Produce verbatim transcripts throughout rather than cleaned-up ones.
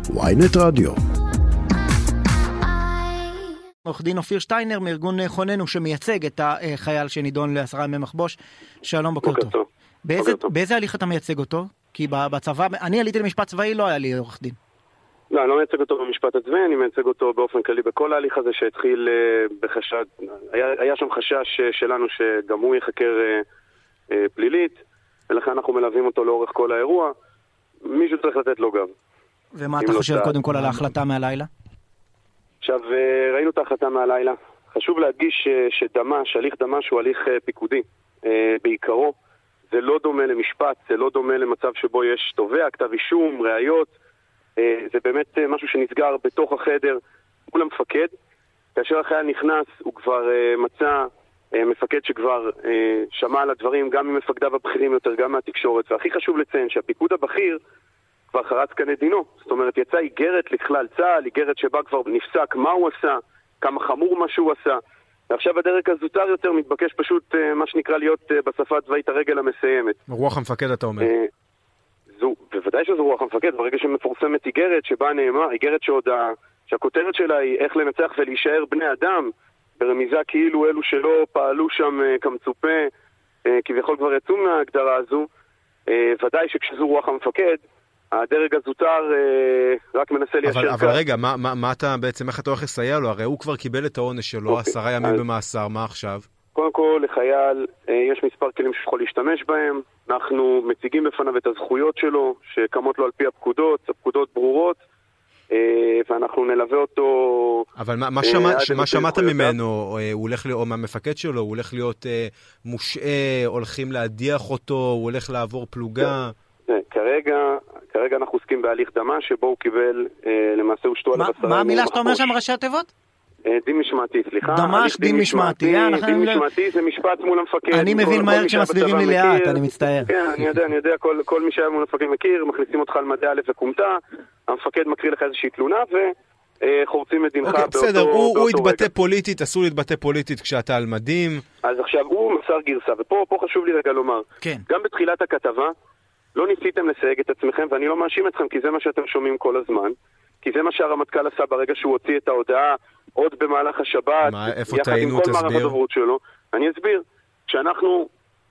וויינט רדיו. עורך דין אופיר שטיינר מארגון חוננו שמייצג את החייל שנידון לעשרה ימי מחבוש. שלום, בוקר טוב. באיזה, באיזה הליך אתה מייצג אותו? כי בצבא, אני עליתי למשפט צבאי, לא היה לי עורך דין. לא, אני לא מייצג אותו במשפט הצבאי, אני מייצג אותו באופן כללי בכל ההליך הזה שהתחיל בחשד, היה, היה שם חשש שלנו שגם הוא יחקר פלילית, ולכן אנחנו מלווים אותו לאורך כל האירוע. מישהו צריך לתת לו גב. ומה אתה חושב קודם כל על ההחלטה מהלילה? עכשיו, ראינו את ההחלטה מהלילה. חשוב להדגיש שדמש, הליך דמש הוא הליך פיקודי. בעיקרו, זה לא דומה למשפט, זה לא דומה למצב שבו יש תובע, כתב אישום, ראיות. זה באמת משהו שנסגר בתוך החדר מול המפקד. כאשר החייל נכנס, הוא כבר מצא מפקד שכבר שמע על הדברים, גם ממפקדיו הבכירים יותר, גם מהתקשורת. והכי חשוב לציין שהפיקוד הבכיר כבר חרץ כאן את דינו. זאת אומרת, יצא איגרת לכלל צה"ל, איגרת שבה כבר נפסק מה הוא עשה, כמה חמור מה שהוא עשה. ועכשיו הדרג הזוטר יותר מתבקש פשוט מה שנקרא להיות בשפה הצבאית הרגל המסיימת. רוח המפקד אתה אומר. זו, בוודאי שזו רוח המפקד, ברגע שמפורסמת איגרת שבה נאמר, איגרת שעוד, שהכותרת שלה היא איך לנצח ולהישאר בני אדם, ברמיזה כאילו אלו שלא פעלו שם כמצופה, כביכול כבר יצאו מההגדרה הזו, ודאי שכשזו רוח המפקד, הדרג הזוטר רק מנסה ליישר אבל, אבל רגע, מה, מה, מה אתה בעצם, איך אתה הולך לסייע לו? הרי הוא כבר קיבל את העונש שלו, עשרה ימים אז... במאסר, מה עכשיו? קודם כל, לחייל יש מספר כלים שיכול להשתמש בהם. אנחנו מציגים בפניו את הזכויות שלו, שקמות לו על פי הפקודות, הפקודות ברורות, ואנחנו נלווה אותו... אבל מה, מה, שמע, מה שמעת ממנו? הוא הולך להיות, או מהמפקד שלו, הוא הולך להיות מושעה, הולכים להדיח אותו, הוא הולך לעבור פלוגה... כרגע, כרגע אנחנו עוסקים בהליך דמה, שבו הוא קיבל, למעשה הושתו עליו עשרה... מה המילה שאתה אומר שם ראשי התיבות? דין משמעתי, סליחה. דמש, דין משמעתי. דין משמעתי זה משפט מול המפקד. אני מבין מהר כשמסבירים לי לאט, אני מצטער. כן, אני יודע, אני יודע, כל מי שהיה מול המפקד מכיר, מכניסים אותך על מדי א' וקומתה, המפקד מקריא לך איזושהי תלונה וחורצים את דינך באותו... בסדר, הוא התבטא פוליטית, אסור להתבטא פוליטית כשאתה על מדים. אז עכשיו הוא מסר גרסה, ופה חשוב לי רגע לומר, גם בתחילת הכתבה, לא ניסיתם לסייג את עצמכם, ואני לא מאשים אתכם, כי זה מה שאתם שומעים כל הזמן, כי זה מה שהרמטכ"ל עשה ברגע שהוא הוציא את ההודעה עוד במהלך השבת, מה, איפה טעינו, תסביר? שלו. אני אסביר. כשאנחנו,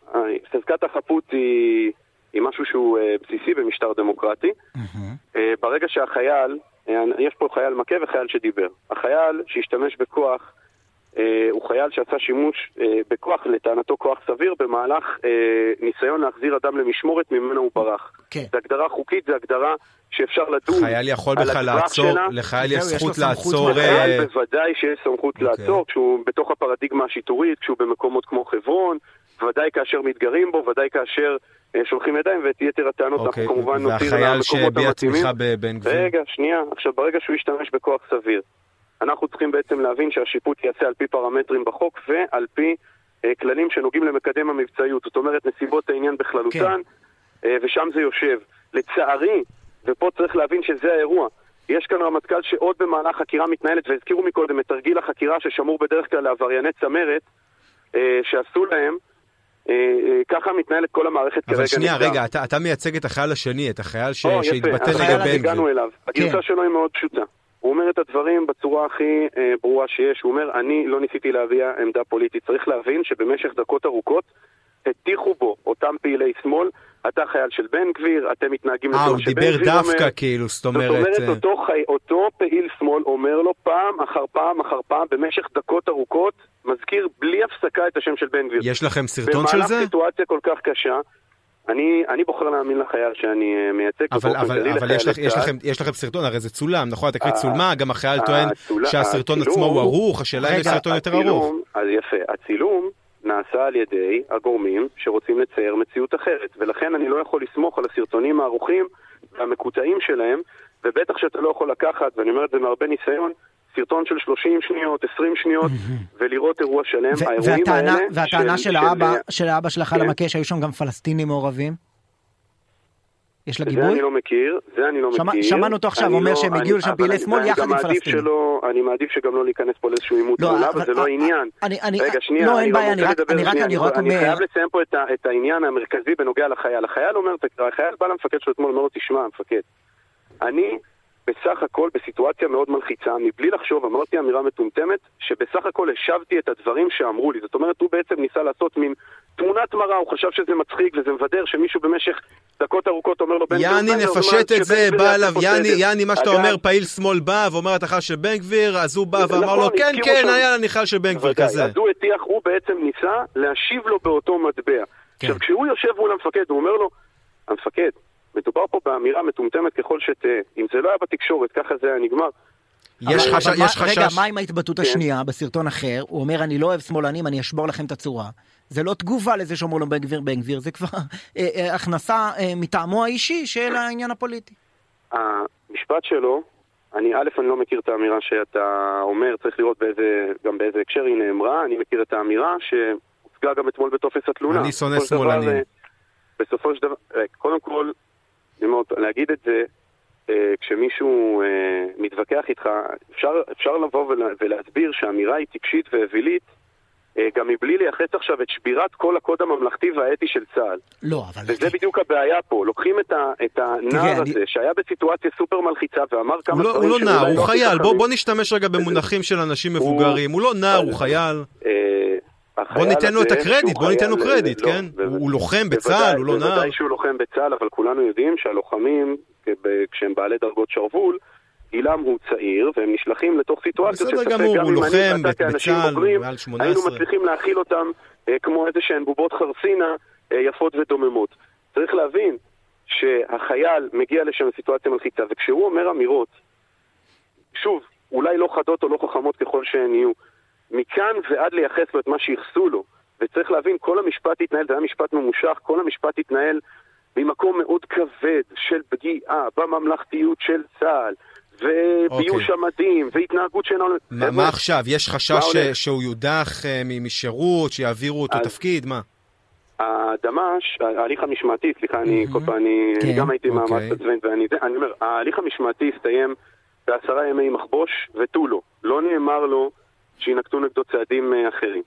חזקת החפות היא, היא משהו שהוא בסיסי במשטר דמוקרטי. Mm-hmm. ברגע שהחייל, יש פה חייל מכה וחייל שדיבר. החייל שהשתמש בכוח, הוא חייל שעשה שימוש בכוח, לטענתו כוח סביר, במהלך ניסיון להחזיר אדם למשמורת ממנו הוא ברח. כן. זה הגדרה חוקית, זה הגדרה שאפשר לדון. חייל יכול בכלל לעצור, לחייל יש זכות לעצור. לחייל בוודאי שיש סמכות לעצור, כשהוא בתוך הפרדיגמה השיטורית, כשהוא במקומות כמו חברון, ודאי כאשר מתגרים בו, ודאי כאשר שולחים ידיים, ואת יתר הטענות אנחנו כמובן נותיר למקומות המתאימים. רגע, שנייה, עכשיו ברגע שהוא ישתמש בכוח סביר, אנחנו צריכים בעצם להבין שהשיפוט יעשה על פי פרמטרים בחוק ועל פי אה, כללים שנוגעים למקדם המבצעיות. זאת אומרת, נסיבות העניין בכללותן, כן. אה, ושם זה יושב. לצערי, ופה צריך להבין שזה האירוע, יש כאן רמטכ"ל שעוד במהלך חקירה מתנהלת, והזכירו מקודם את תרגיל החקירה ששמור בדרך כלל לעברייני צמרת, אה, שעשו להם, אה, אה, ככה מתנהלת כל המערכת כרגע. אבל שנייה, רגע, אתה, אתה מייצג את החייל השני, את החייל ש... או, שהתבטא לגבי הגענו אליו. הגרסה שלו היא מאוד פשוטה. הוא אומר את הדברים בצורה הכי אה, ברורה שיש. הוא אומר, אני לא ניסיתי להביע עמדה פוליטית. צריך להבין שבמשך דקות ארוכות הטיחו בו אותם פעילי שמאל, אתה חייל של בן גביר, אתם מתנהגים אה, הוא דיבר דווקא אומר, כאילו, זאת אומרת... זאת אומרת, אותו, חי, אותו פעיל שמאל אומר לו פעם אחר פעם אחר פעם, במשך דקות ארוכות, מזכיר בלי הפסקה את השם של בן גביר. יש לכם סרטון של זה? במהלך סיטואציה כל כך קשה, אני, אני בוחר להאמין לחייל שאני מייצג. אבל, אבל, אבל יש, לך, יש, לכם, יש לכם סרטון, הרי זה צולם, נכון? התקרית צולמה, גם החייל טוען שהסרטון עצמו הוא ערוך, השאלה אם יש סרטון יותר ארוך. אז יפה, הצילום נעשה על ידי הגורמים שרוצים לצייר מציאות אחרת, ולכן אני לא יכול לסמוך על הסרטונים הערוכים והמקוטעים שלהם, ובטח שאתה לא יכול לקחת, ואני אומר את זה מהרבה ניסיון, סרטון של שלושים שניות, עשרים שניות, ולראות אירוע שלם. האירועים האלה... והטענה של האבא שלך על המקש, היו שם גם פלסטינים מעורבים? יש לה גיבוי? זה אני לא מכיר, זה אני לא מכיר. שמענו אותו עכשיו, אומר שהם הגיעו לשם פעילי שמאל יחד עם פלסטינים. אני מעדיף שגם לא להיכנס פה לאיזשהו עימות מולה, אבל זה לא העניין. רגע, שנייה, לא, אין בעיה, אני רק אומר... אני חייב לסיים פה את העניין המרכזי בנוגע לחייל. החייל אומר, החייל בא למפקד שלו אתמול, אומר לו, תשמע, המפקד, אני בסך הכל בסיטואציה מאוד מלחיצה, מבלי לחשוב, אמרתי אמירה מטומטמת, שבסך הכל השבתי את הדברים שאמרו לי. זאת אומרת, הוא בעצם ניסה לעשות מין תמונת מראה, הוא חשב שזה מצחיק וזה מבדר, שמישהו במשך דקות ארוכות אומר לו, יעני נפשט את זה, בא עליו, יעני מה שאתה אומר, פעיל שמאל בא ואומר התחל של בן גביר, אז הוא בא ואמר לו, כן, כן, היה הניחל של בן גביר כזה. אז הוא הטיח, הוא בעצם ניסה להשיב לו באותו מטבע. עכשיו, כשהוא יושב מול המפקד, הוא אומר לו, המפקד, מדובר פה באמירה מטומטמת ככל שתהיה. אם זה לא היה בתקשורת, ככה זה היה נגמר. יש חשש, יש חשש. רגע, מה עם ההתבטאות השנייה בסרטון אחר? הוא אומר, אני לא אוהב שמאלנים, אני אשבור לכם את הצורה. זה לא תגובה לזה שאומר לו בן גביר, בן גביר, זה כבר הכנסה מטעמו האישי של העניין הפוליטי. המשפט שלו, אני, א', אני לא מכיר את האמירה שאתה אומר, צריך לראות באיזה, גם באיזה הקשר היא נאמרה, אני מכיר את האמירה שהוצגה גם אתמול בטופס התלונה. אני שונא שמאלנים. בסופו של דבר, קודם כל, להגיד את זה, כשמישהו מתווכח איתך, אפשר, אפשר לבוא ולהסביר שהאמירה היא טיפשית ואווילית, גם מבלי לייחס עכשיו את שבירת כל הקוד הממלכתי והאתי של צה"ל. לא, אבל... וזה בדיוק הבעיה פה. לוקחים את, ה, את הנער הזה, שהיה בסיטואציה סופר מלחיצה, ואמר כמה דברים... הוא לא נער, הוא חייל. בוא נשתמש רגע במונחים של אנשים מבוגרים. הוא לא נער, הוא חייל. בוא ניתן לו את הקרדיט, בוא ניתן לו קרדיט, כן? הוא לוחם בצה"ל, הוא לא נער. בוודאי שהוא לוחם בצה"ל, אבל כולנו יודעים שהלוחמים, כשהם בעלי דרגות שרוול, גילם הוא צעיר, והם נשלחים לתוך סיטואציות בסדר גמור, הוא לוחם בצה"ל, מעל שמונה עשרה. היינו מצליחים להכיל אותם כמו איזה שהן בובות חרסינה יפות ודוממות. צריך להבין שהחייל מגיע לשם סיטואציה מלחיצה, וכשהוא אומר אמירות, שוב, אולי לא חדות או לא חכמות ככל שהן יהיו, מכאן ועד לייחס לו את מה שיחסו לו, וצריך להבין, כל המשפט התנהל, זה היה משפט ממושך, כל המשפט התנהל ממקום מאוד כבד של פגיעה בממלכתיות של צה"ל, וביוש המדים, והתנהגות שאינו... מה עכשיו? יש חשש שהוא יודח משירות, שיעבירו אותו תפקיד? מה? הדמש, ההליך המשמעתי, סליחה, אני כל פעם, אני גם הייתי מאמץ בצבאין, ואני אומר, ההליך המשמעתי הסתיים בעשרה ימי מחבוש ותו לא. לא נאמר לו שינקטו נגדו צעדים אחרים.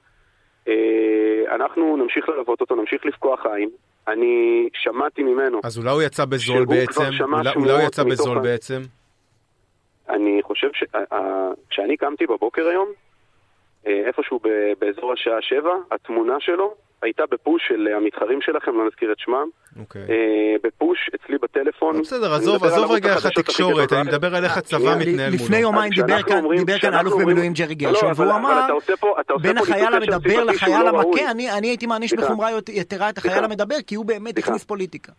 אנחנו נמשיך ללוות אותו, נמשיך לפקוח עין. אני שמעתי ממנו... אז אולי הוא יצא בזול בעצם? אולי הוא יצא בזול בעצם? אני חושב שכשאני קמתי בבוקר היום, איפשהו באזור השעה שבע, התמונה שלו הייתה בפוש של המתחרים שלכם, לא נזכיר את שמם, בפוש אצלי בטלפון. בסדר, עזוב, עזוב רגע איך התקשורת, אני מדבר על איך הצבא מתנהל מולו. לפני יומיים דיבר כאן אלוף במילואים ג'רי גרשון, והוא אמר, בין החייל המדבר לחייל המכה, אני הייתי מעניש בחומרה יתרה את החייל המדבר, כי הוא באמת הכניס פוליטיקה.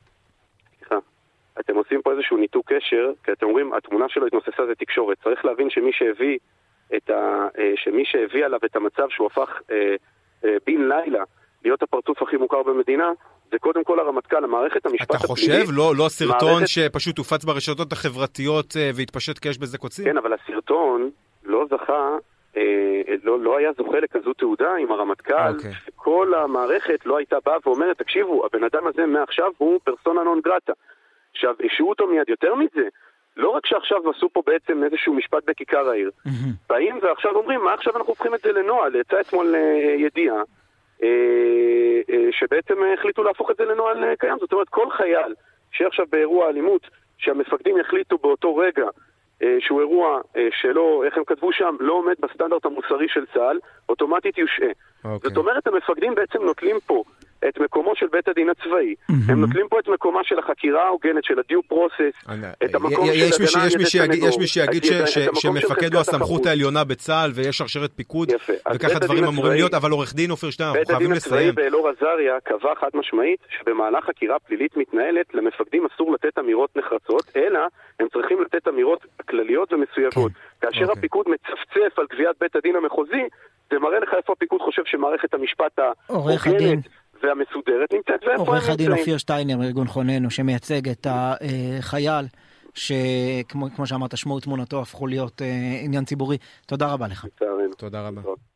אתם עושים פה איזשהו ניתוק קשר, כי אתם אומרים, התמונה שלו התנוססה זה תקשורת. צריך להבין שמי שהביא את ה, שמי שהביא עליו את המצב שהוא הפך אה, אה, בין לילה להיות הפרצוף הכי מוכר במדינה, זה קודם כל הרמטכ"ל, המערכת המשפט הפלילי. אתה חושב? לא, לא סרטון מערכת... שפשוט הופץ ברשתות החברתיות אה, והתפשט כאש בזה קוצים? כן, אבל הסרטון לא זכה, אה, לא, לא היה זוכה לכזו תעודה עם הרמטכ"ל. Okay. כל המערכת לא הייתה באה ואומרת, תקשיבו, הבן אדם הזה מעכשיו הוא פרסונה נון גרטה. עכשיו, אישו אותו מיד יותר מזה, לא רק שעכשיו עשו פה בעצם איזשהו משפט בכיכר העיר, באים ועכשיו אומרים, מה עכשיו אנחנו הופכים את זה לנועל, יצא אתמול ידיעה, שבעצם החליטו להפוך את זה לנועל קיים, זאת אומרת, כל חייל שעכשיו באירוע אלימות, שהמפקדים יחליטו באותו רגע, שהוא אירוע שלא, איך הם כתבו שם, לא עומד בסטנדרט המוסרי של צה"ל, אוטומטית יושעה. Okay. זאת אומרת, המפקדים בעצם נוטלים פה את מקומו של בית הדין הצבאי, mm-hmm. הם נוטלים פה את מקומה של החקירה ההוגנת, של הדיו פרוסס, את המקום של הגנה על ידי סנגור. יש מי שיגיד שמפקד הוא הסמכות העליונה בצה"ל, ויש שרשרת פיקוד, וככה דברים אמורים להיות, אבל עורך דין אופיר שטיין, אנחנו חייבים לסיים. בית הדין הצבאי באלאור עזריה קבע חד משמעית, שבמהלך חקירה פלילית מתנהלת, למפקדים אסור לתת אמירות נחרצות, אלא הם צריכים לתת אמירות כלליות ומסויגות. כאשר הפיקוד מצפצף על קביעת בית הדין המחוזי, זה מראה לך איפה הפיקוד חושב שמערכת המשפט ההוגנת והמסודרת נמצאת ואיפה הם נמצאים. עורך הדין אופיר שטיינר, ארגון חוננו, שמייצג את החייל, שכמו שאמרת, שמו ותמונתו הפכו להיות עניין ציבורי. תודה רבה לך. תודה רבה.